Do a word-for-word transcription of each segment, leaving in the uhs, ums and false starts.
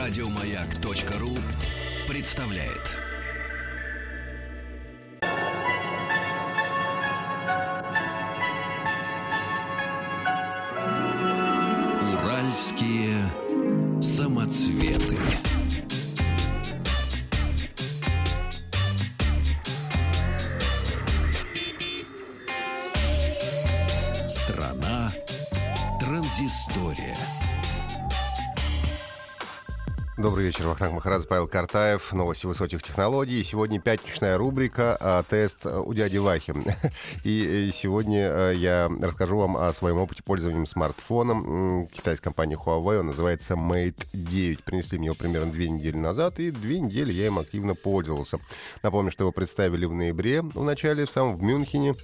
Радиомаяк.ру представляет. Уральские самоцветы. Страна транзистория. Добрый вечер, Вахтанг Махарадзе, Павел Картаев, новости высоких технологий. Сегодня пятничная рубрика а, «Тест у дяди Вахи». И, и сегодня а, я расскажу вам о своем опыте пользования смартфоном китайской компании Huawei. Он называется Mate девять. Принесли мне его примерно две недели назад, и две недели я им активно пользовался. Напомню, что его представили в ноябре, в начале, в самом в Мюнхене.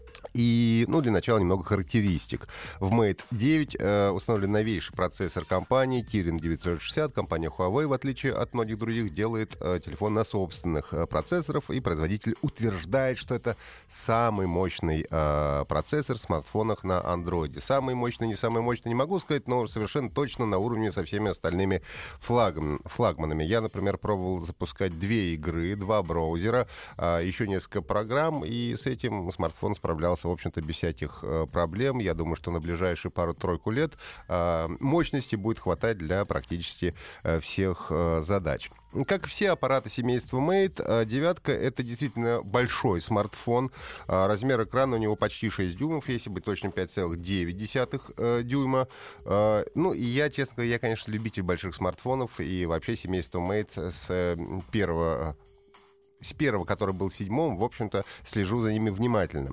И, ну, для начала немного характеристик. В Mate девять э, установлен новейший процессор компании Kirin девятьсот шестьдесят. Компания Huawei, в отличие от многих других, делает э, телефон на собственных э, процессорах, и производитель утверждает, что это самый мощный э, процессор в смартфонах на Android. Самый мощный, не самый мощный, не могу сказать, но совершенно точно на уровне со всеми остальными флагом, флагманами. Я, например, пробовал запускать две игры, два браузера, э, еще несколько программ, и с этим смартфон справлялся, в общем-то, без всяких э, проблем. Я думаю, что на ближайшие пару-тройку лет э, мощности будет хватать для практически э, всех э, задач. Как все аппараты семейства Mate, э, девятка — это действительно большой смартфон. Э, размер экрана у него почти шесть дюймов, если быть точным, пять целых девять десятых э, дюйма. Э, ну, и я, честно говоря, я, конечно, любитель больших смартфонов, и вообще семейство Mate с э, первого... С первого, который был седьмым, в общем-то, слежу за ними внимательно.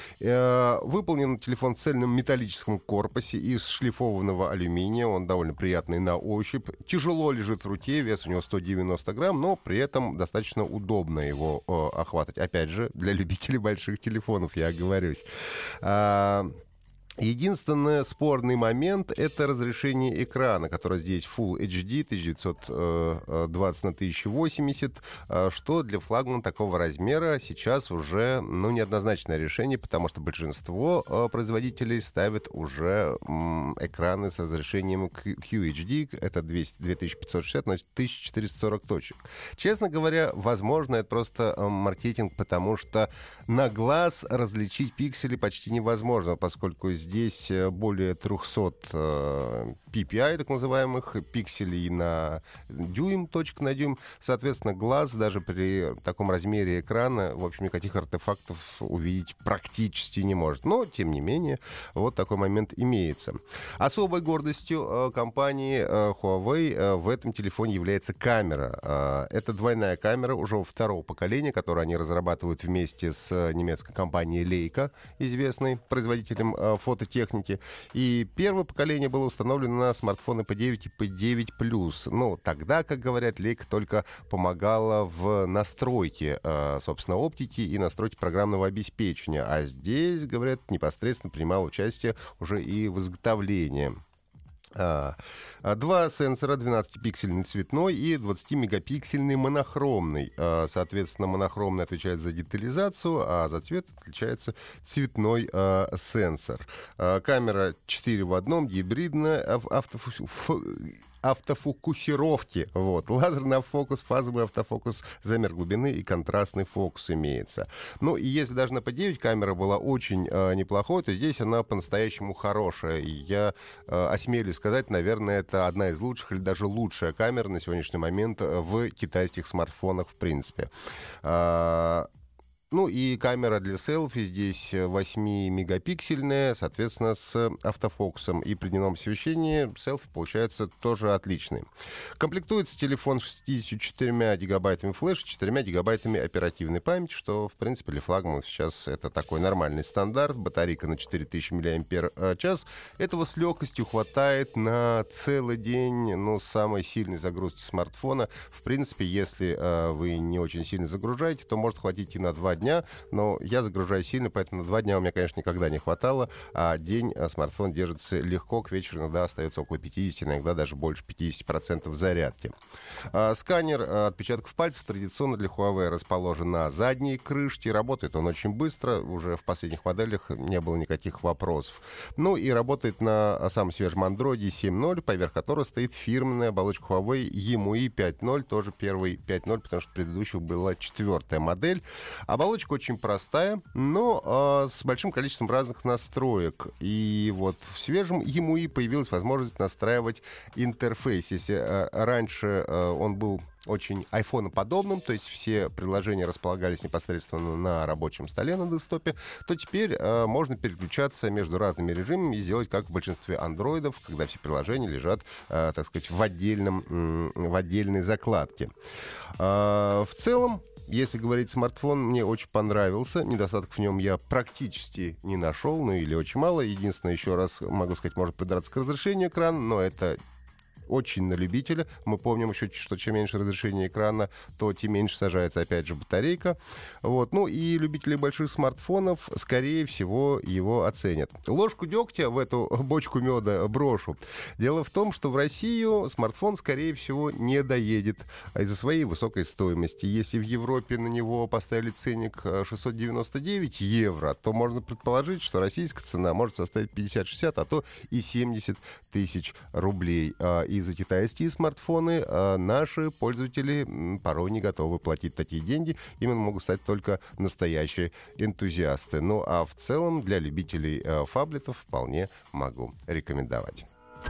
Э, выполнен телефон в цельном металлическом корпусе из шлифованного алюминия. Он довольно приятный на ощупь. Тяжело лежит в руке, вес у него сто девяносто грамм, но при этом достаточно удобно его э, охватывать. Опять же, для любителей больших телефонов, я оговорюсь. Э, Единственный спорный момент — это разрешение экрана, которое здесь Full эйч ди тысяча девятьсот двадцать на тысяча восемьдесят, что для флагмана такого размера сейчас уже, ну, неоднозначное решение, потому что большинство производителей ставят уже экраны с разрешением кью эйч ди, это две тысячи пятьсот шестьдесят на тысяча четыреста сорок точек. Честно говоря, возможно, это просто маркетинг, потому что на глаз различить пиксели почти невозможно, поскольку здесь более триста э, пи пи ай, так называемых, пикселей на дюйм, точек на дюйм. Соответственно, глаз даже при таком размере экрана, в общем, никаких артефактов увидеть практически не может. Но, тем не менее, вот такой момент имеется. Особой гордостью э, компании э, Huawei э, в этом телефоне является камера. Э, это двойная камера уже второго поколения, которую они разрабатывают вместе с немецкой компанией Leica, известной производителем э, фототехники. И первое поколение было установлено на смартфоны пи девять и пи девять плюс. Ну, тогда, как говорят, Leica только помогала в настройке, э, собственно, оптики и настройке программного обеспечения. А здесь, говорят, непосредственно принимал участие уже и в изготовлении. А, два сенсора, двенадцатипиксельный цветной и двадцатимегапиксельный монохромный. А, соответственно, монохромный отвечает за детализацию, а за цвет отличается цветной а, сенсор. А, камера четыре в одном, гибридная, автофу... автофокусировки. Вот. Лазерный фокус, фазовый автофокус, замер глубины и контрастный фокус имеется. Ну, и если даже на пи девять камера была очень э, неплохой, то здесь она по-настоящему хорошая. И я э, осмелюсь сказать, наверное, это одна из лучших или даже лучшая камера на сегодняшний момент в китайских смартфонах в принципе. А, Ну и камера для селфи здесь восьмимегапиксельная, соответственно, с автофокусом. И при дневном освещении селфи получаются тоже отличные. Комплектуется телефон шестьдесят четыре гигабайтами флеш, четыре гигабайтами оперативной памяти, что, в принципе, для флагманов сейчас это такой нормальный стандарт. Батарейка на четыре тысячи мАч. Этого с легкостью хватает на целый день, ну, самой сильной загрузки смартфона. В принципе, если э, вы не очень сильно загружаете, то может хватить и на два дня. дня, но я загружаюсь сильно, поэтому на два дня у меня, конечно, никогда не хватало, а день смартфон держится легко, к вечеру иногда остается около пятьдесят, иногда даже больше пятьдесят процентов зарядки. Сканер отпечатков пальцев традиционно для Huawei расположен на задней крышке, работает он очень быстро, уже в последних моделях не было никаких вопросов. Ну и работает на самом свежем Android семь ноль, поверх которого стоит фирменная оболочка Huawei и эм ю ай пять ноль, тоже первый пять ноль, потому что предыдущая была четвертая модель. Оболочка очень простая, но э, с большим количеством разных настроек. И вот в свежем эм ю ай появилась возможность настраивать интерфейс. Если э, раньше э, он был очень айфоноподобным, то есть все приложения располагались непосредственно на рабочем столе на десктопе, то теперь э, можно переключаться между разными режимами и сделать, как в большинстве андроидов, когда все приложения лежат, э, так сказать, в, отдельном, э, в отдельной закладке. Э, в целом, если говорить смартфон, мне очень понравился. Недостатков в нем я практически не нашел, ну или очень мало. Единственное, еще раз могу сказать, может придраться к разрешению экрана, но это очень на любителя. Мы помним еще, что чем меньше разрешение экрана, то тем меньше сажается, опять же, батарейка. Вот. Ну и любители больших смартфонов, скорее всего, его оценят. Ложку дегтя в эту бочку меда брошу. Дело в том, что в Россию смартфон, скорее всего, не доедет из-за своей высокой стоимости. Если в Европе на него поставили ценник шестьсот девяносто девять евро, то можно предположить, что российская цена может составить пятьдесят-шестьдесят, а то и семьдесят тысяч рублей. И за китайские смартфоны а наши пользователи порой не готовы платить такие деньги. Именно могут стать только настоящие энтузиасты. Ну а в целом для любителей а, фаблетов вполне могу рекомендовать.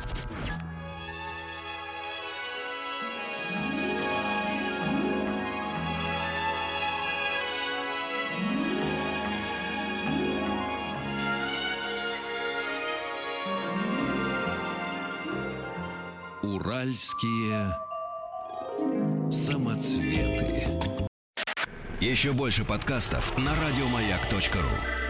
Уральские самоцветы. Еще больше подкастов на радиомаяк точка ру.